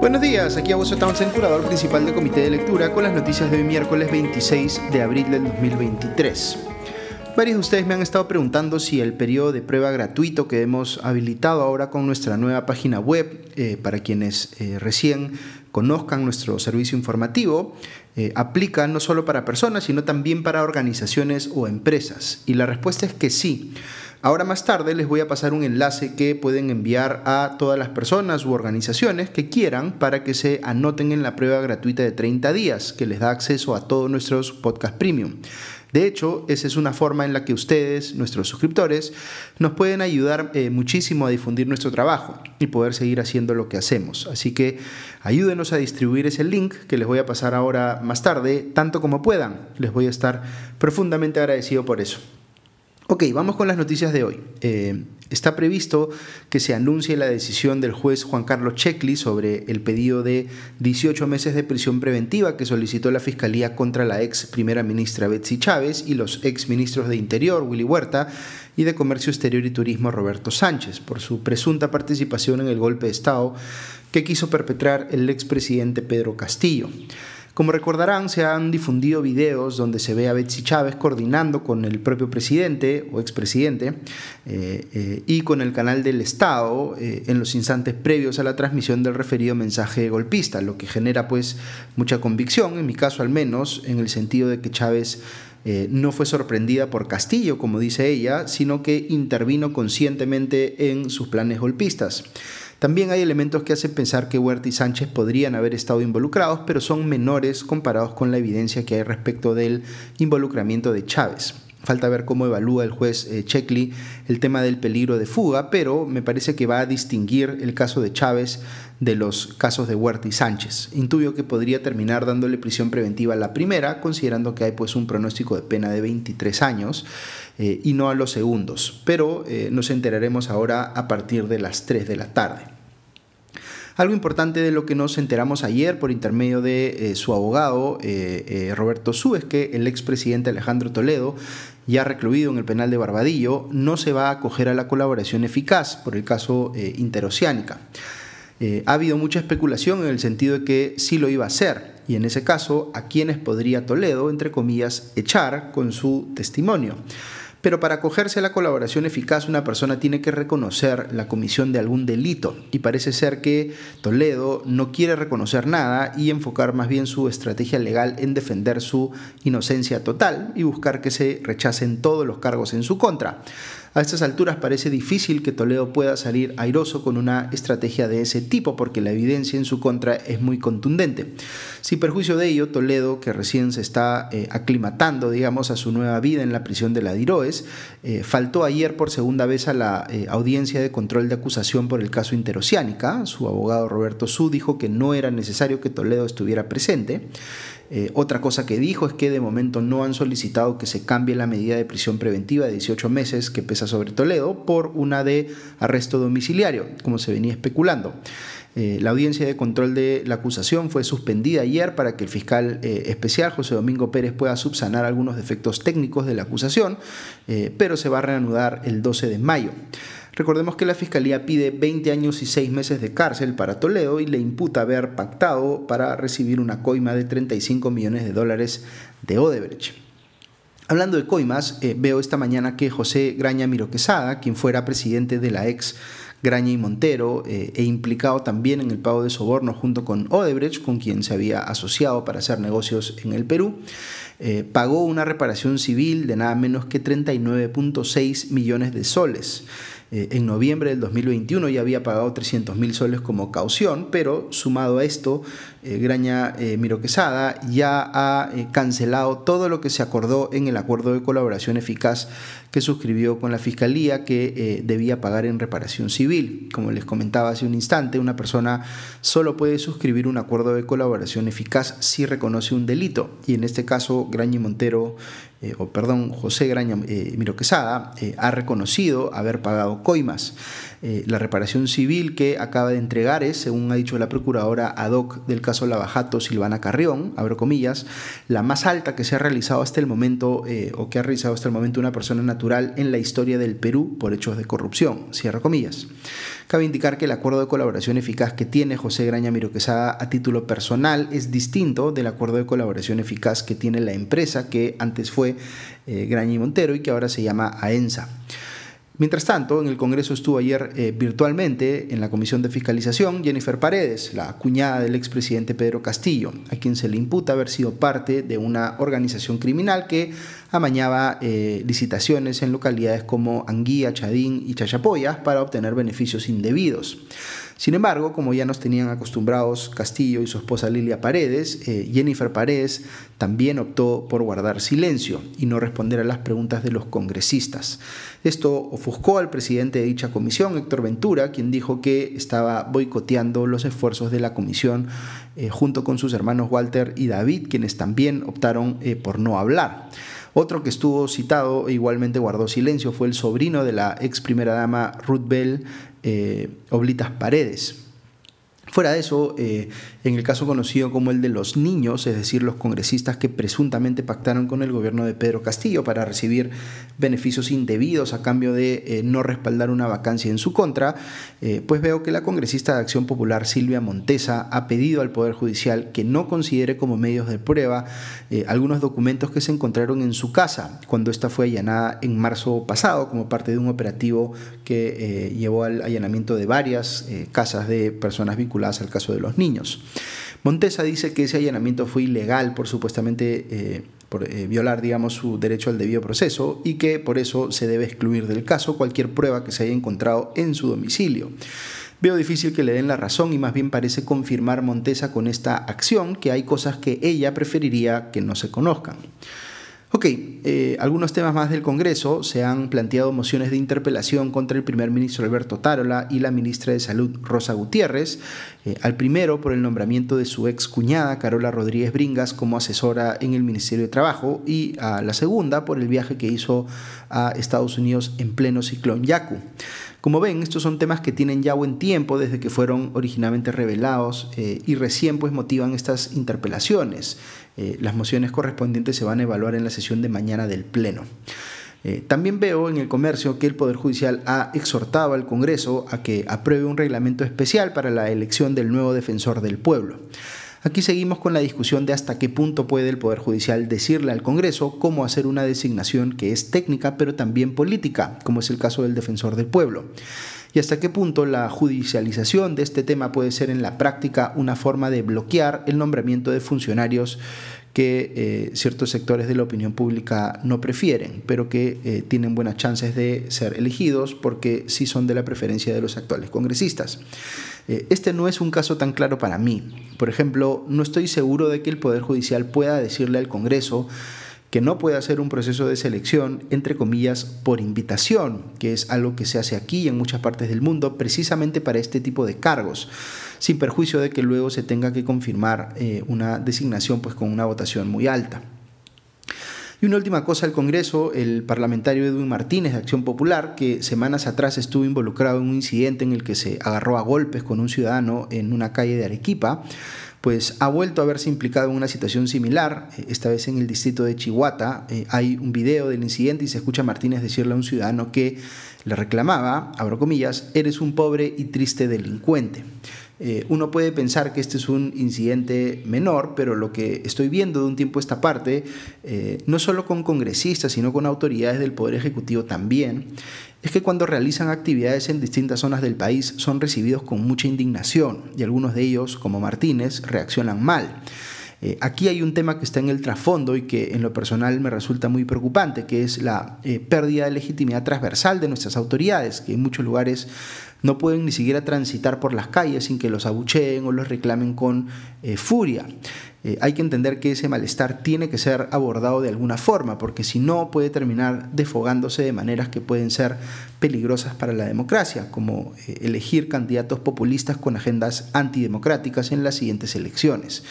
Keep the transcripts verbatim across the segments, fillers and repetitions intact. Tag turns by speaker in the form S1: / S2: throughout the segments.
S1: Buenos días, aquí Augusto Townsend, curador principal del Comité de Lectura, con las noticias de hoy miércoles veintiséis de abril del dos mil veintitrés. Varios de ustedes me han estado preguntando si el periodo de prueba gratuito que hemos habilitado ahora con nuestra nueva página web, eh, para quienes eh, recién conozcan nuestro servicio informativo, eh, aplica no solo para personas, sino también para organizaciones o empresas. Y la respuesta es que sí. Ahora más tarde les voy a pasar un enlace que pueden enviar a todas las personas u organizaciones que quieran para que se anoten en la prueba gratuita de treinta días, que les da acceso a todos nuestros podcast premium. De hecho, esa es una forma en la que ustedes, nuestros suscriptores, nos pueden ayudar eh, muchísimo a difundir nuestro trabajo y poder seguir haciendo lo que hacemos. Así que ayúdenos a distribuir ese link que les voy a pasar ahora más tarde, tanto como puedan. Les voy a estar profundamente agradecido por eso. Ok, vamos con las noticias de hoy. Eh, está previsto que se anuncie la decisión del juez Juan Carlos Checli sobre el pedido de dieciocho meses de prisión preventiva que solicitó la Fiscalía contra la ex primera ministra Betsy Chávez y los ex ministros de Interior, Willy Huerta, y de Comercio Exterior y Turismo, Roberto Sánchez, por su presunta participación en el golpe de Estado que quiso perpetrar el expresidente Pedro Castillo. Como recordarán, se han difundido videos donde se ve a Betsy Chávez coordinando con el propio presidente o expresidente eh, eh, y con el canal del Estado eh, en los instantes previos a la transmisión del referido mensaje golpista, lo que genera pues mucha convicción, en mi caso al menos, en el sentido de que Chávez eh, no fue sorprendida por Castillo, como dice ella, sino que intervino conscientemente en sus planes golpistas. También hay elementos que hacen pensar que Huerta y Sánchez podrían haber estado involucrados, pero son menores comparados con la evidencia que hay respecto del involucramiento de Chávez. Falta ver cómo evalúa el juez eh, Checli el tema del peligro de fuga, pero me parece que va a distinguir el caso de Chávez de los casos de Huerta y Sánchez. Intuyo que podría terminar dándole prisión preventiva a la primera, considerando que hay pues un pronóstico de pena de veintitrés años eh, y no a los segundos, pero eh, nos enteraremos ahora a partir de las tres de la tarde. Algo importante de lo que nos enteramos ayer por intermedio de eh, su abogado eh, eh, Roberto Su es que el expresidente Alejandro Toledo, ya recluido en el penal de Barbadillo, no se va a acoger a la colaboración eficaz por el caso eh, Interoceánica. Eh, ha habido mucha especulación en el sentido de que sí lo iba a hacer, y en ese caso, ¿a quiénes podría Toledo, entre comillas, echar con su testimonio? Pero para acogerse a la colaboración eficaz, una persona tiene que reconocer la comisión de algún delito, y parece ser que Toledo no quiere reconocer nada y enfocar más bien su estrategia legal en defender su inocencia total y buscar que se rechacen todos los cargos en su contra. A estas alturas parece difícil que Toledo pueda salir airoso con una estrategia de ese tipo porque la evidencia en su contra es muy contundente. Sin perjuicio de ello, Toledo, que recién se está eh, aclimatando, digamos, a su nueva vida en la prisión de la Diroes, eh, faltó ayer por segunda vez a la eh, audiencia de control de acusación por el caso Interoceánica. Su abogado Roberto Su dijo que no era necesario que Toledo estuviera presente. Eh, otra cosa que dijo es que de momento no han solicitado que se cambie la medida de prisión preventiva de dieciocho meses que pesa sobre Toledo por una de arresto domiciliario, como se venía especulando. Eh, la audiencia de control de la acusación fue suspendida ayer para que el fiscal eh, especial José Domingo Pérez pueda subsanar algunos defectos técnicos de la acusación, eh, pero se va a reanudar el doce de mayo. Recordemos que la Fiscalía pide veinte años y seis meses de cárcel para Toledo y le imputa haber pactado para recibir una coima de treinta y cinco millones de dólares de Odebrecht. Hablando de coimas, eh, veo esta mañana que José Graña Miró Quesada, quien fuera presidente de la ex Graña y Montero eh, e implicado también en el pago de sobornos junto con Odebrecht, con quien se había asociado para hacer negocios en el Perú, eh, pagó una reparación civil de nada menos que treinta y nueve punto seis millones de soles. Eh, en noviembre del dos mil veintiuno ya había pagado trescientos mil soles como caución, pero sumado a esto, eh, Graña eh, Miró Quesada ya ha eh, cancelado todo lo que se acordó en el acuerdo de colaboración eficaz que suscribió con la Fiscalía, que eh, debía pagar en reparación civil. Como les comentaba hace un instante, una persona solo puede suscribir un acuerdo de colaboración eficaz si reconoce un delito, y en este caso Graña y Montero, eh, o perdón, José Graña eh, Miró Quesada eh, ha reconocido haber pagado coimas. Eh, la reparación civil que acaba de entregar es, según ha dicho la procuradora ad hoc del caso Lavajato, Silvana Carrión, abro comillas, la más alta que se ha realizado hasta el momento eh, o que ha realizado hasta el momento una persona natural en la historia del Perú por hechos de corrupción, cierro comillas. Cabe indicar que el acuerdo de colaboración eficaz que tiene José Graña Miró Quesada a título personal es distinto del acuerdo de colaboración eficaz que tiene la empresa que antes fue eh, Graña y Montero y que ahora se llama AENSA. Mientras tanto, en el Congreso estuvo ayer eh, virtualmente en la Comisión de Fiscalización Jennifer Paredes, la cuñada del expresidente Pedro Castillo, a quien se le imputa haber sido parte de una organización criminal que amañaba eh, licitaciones en localidades como Anguía, Chadín y Chachapoyas para obtener beneficios indebidos. Sin embargo, como ya nos tenían acostumbrados Castillo y su esposa Lilia Paredes, eh, Jennifer Paredes también optó por guardar silencio y no responder a las preguntas de los congresistas. Esto ofuscó al presidente de dicha comisión, Héctor Ventura, quien dijo que estaba boicoteando los esfuerzos de la comisión eh, junto con sus hermanos Walter y David, quienes también optaron eh, por no hablar. Otro que estuvo citado e igualmente guardó silencio fue el sobrino de la ex primera dama Ruth Bell eh, Oblitas Paredes. Fuera de eso, eh, en el caso conocido como el de los niños, es decir, los congresistas que presuntamente pactaron con el gobierno de Pedro Castillo para recibir beneficios indebidos a cambio de eh, no respaldar una vacancia en su contra, eh, pues veo que la congresista de Acción Popular Silvia Montesa ha pedido al Poder Judicial que no considere como medios de prueba eh, algunos documentos que se encontraron en su casa cuando esta fue allanada en marzo pasado como parte de un operativo que eh, llevó al allanamiento de varias eh, casas de personas vinculadas al caso de los niños. Montesa dice que ese allanamiento fue ilegal por supuestamente eh, por eh, violar, digamos, su derecho al debido proceso y que por eso se debe excluir del caso cualquier prueba que se haya encontrado en su domicilio. Veo difícil que le den la razón y más bien parece confirmar Montesa con esta acción que hay cosas que ella preferiría que no se conozcan. Ok, eh, algunos temas más del Congreso. Se han planteado mociones de interpelación contra el primer ministro Alberto Tarola y la ministra de Salud Rosa Gutiérrez. Eh, al primero por el nombramiento de su ex cuñada Carola Rodríguez Bringas como asesora en el Ministerio de Trabajo y a la segunda por el viaje que hizo a Estados Unidos en pleno ciclón Yaku. Como ven, estos son temas que tienen ya buen tiempo desde que fueron originalmente revelados eh, y recién pues motivan estas interpelaciones. Eh, las mociones correspondientes se van a evaluar en la sesión de mañana del Pleno. Eh, también veo en el Comercio que el Poder Judicial ha exhortado al Congreso a que apruebe un reglamento especial para la elección del nuevo defensor del pueblo. Aquí seguimos con la discusión de hasta qué punto puede el Poder Judicial decirle al Congreso cómo hacer una designación que es técnica pero también política, como es el caso del defensor del pueblo. Y hasta qué punto la judicialización de este tema puede ser en la práctica una forma de bloquear el nombramiento de funcionarios que eh, ciertos sectores de la opinión pública no prefieren, pero que eh, tienen buenas chances de ser elegidos porque sí son de la preferencia de los actuales congresistas. Eh, este no es un caso tan claro para mí. Por ejemplo, no estoy seguro de que el Poder Judicial pueda decirle al Congreso que no puede hacer un proceso de selección, entre comillas, por invitación, que es algo que se hace aquí y en muchas partes del mundo, precisamente para este tipo de cargos, sin perjuicio de que luego se tenga que confirmar eh, una designación pues, con una votación muy alta. Y una última cosa, el Congreso, el parlamentario Edwin Martínez de Acción Popular, que semanas atrás estuvo involucrado en un incidente en el que se agarró a golpes con un ciudadano en una calle de Arequipa, pues ha vuelto a verse implicado en una situación similar, esta vez en el distrito de Chihuahua. Eh, hay un video del incidente y se escucha a Martínez decirle a un ciudadano que le reclamaba, abro comillas, eres un pobre y triste delincuente. Eh, uno puede pensar que este es un incidente menor, pero lo que estoy viendo de un tiempo a esta parte, eh, no solo con congresistas, sino con autoridades del Poder Ejecutivo también, es que cuando realizan actividades en distintas zonas del país son recibidos con mucha indignación y algunos de ellos, como Martínez, reaccionan mal. Eh, aquí hay un tema que está en el trasfondo y que en lo personal me resulta muy preocupante, que es la eh, pérdida de legitimidad transversal de nuestras autoridades, que en muchos lugares no pueden ni siquiera transitar por las calles sin que los abucheen o los reclamen con eh, furia. Eh, hay que entender que ese malestar tiene que ser abordado de alguna forma, porque si no puede terminar desfogándose de maneras que pueden ser peligrosas para la democracia, como eh, elegir candidatos populistas con agendas antidemocráticas en las siguientes elecciones.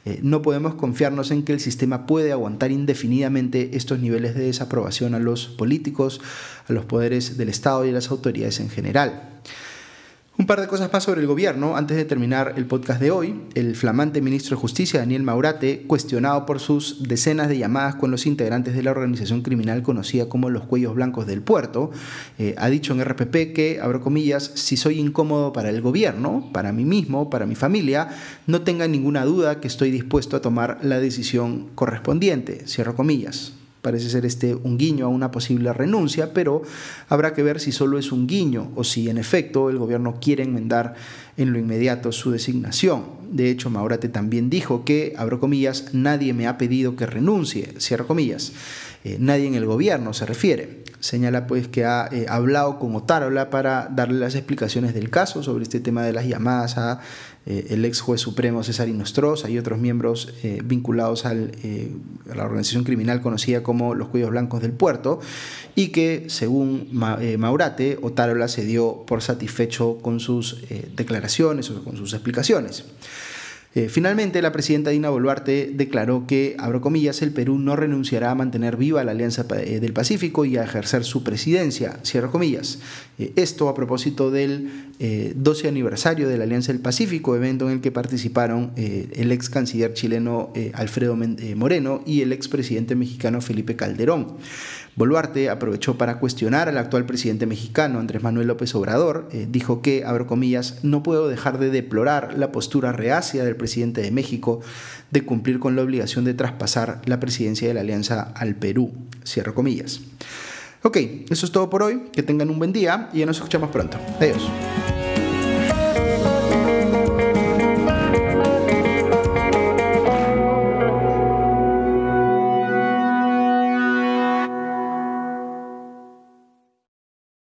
S1: Eh, no podemos confiarnos en que el sistema puede aguantar indefinidamente estos niveles de desaprobación a los políticos, a los poderes del Estado y a las autoridades en general. Un par de cosas más sobre el gobierno. Antes de terminar el podcast de hoy, el flamante ministro de Justicia, Daniel Maurate, cuestionado por sus decenas de llamadas con los integrantes de la organización criminal conocida como los Cuellos Blancos del Puerto, eh, ha dicho en R P P que, abro comillas, si soy incómodo para el gobierno, para mí mismo, para mi familia, no tengan ninguna duda que estoy dispuesto a tomar la decisión correspondiente, cierro comillas. Parece ser este un guiño a una posible renuncia, pero habrá que ver si solo es un guiño o si en efecto el gobierno quiere enmendar en lo inmediato su designación. De hecho, Maurate también dijo que, abro comillas, nadie me ha pedido que renuncie, cierro comillas. Eh, nadie en el gobierno se refiere. Señala pues que ha eh, hablado con Otárola para darle las explicaciones del caso sobre este tema de las llamadas a eh, el ex juez supremo César Inostroza y otros miembros eh, vinculados al, eh, a la organización criminal conocida como los Cuellos Blancos del Puerto, y que según Ma, eh, Maurate, Otárola se dio por satisfecho con sus eh, declaraciones o con sus explicaciones. Eh, finalmente, la presidenta Dina Boluarte declaró que, abro comillas, el Perú no renunciará a mantener viva la Alianza eh, del Pacífico y a ejercer su presidencia, cierro comillas. Eh, esto a propósito del eh, doce aniversario de la Alianza del Pacífico, evento en el que participaron eh, el ex canciller chileno eh, Alfredo Moreno y el ex presidente mexicano Felipe Calderón. Boluarte aprovechó para cuestionar al actual presidente mexicano, Andrés Manuel López Obrador. Eh, dijo que, abro comillas, no puedo dejar de deplorar la postura reacia del presidente de México de cumplir con la obligación de traspasar la presidencia de la Alianza al Perú, cierro comillas. Ok, eso es todo por hoy. Que tengan un buen día y ya nos escuchamos pronto. Adiós.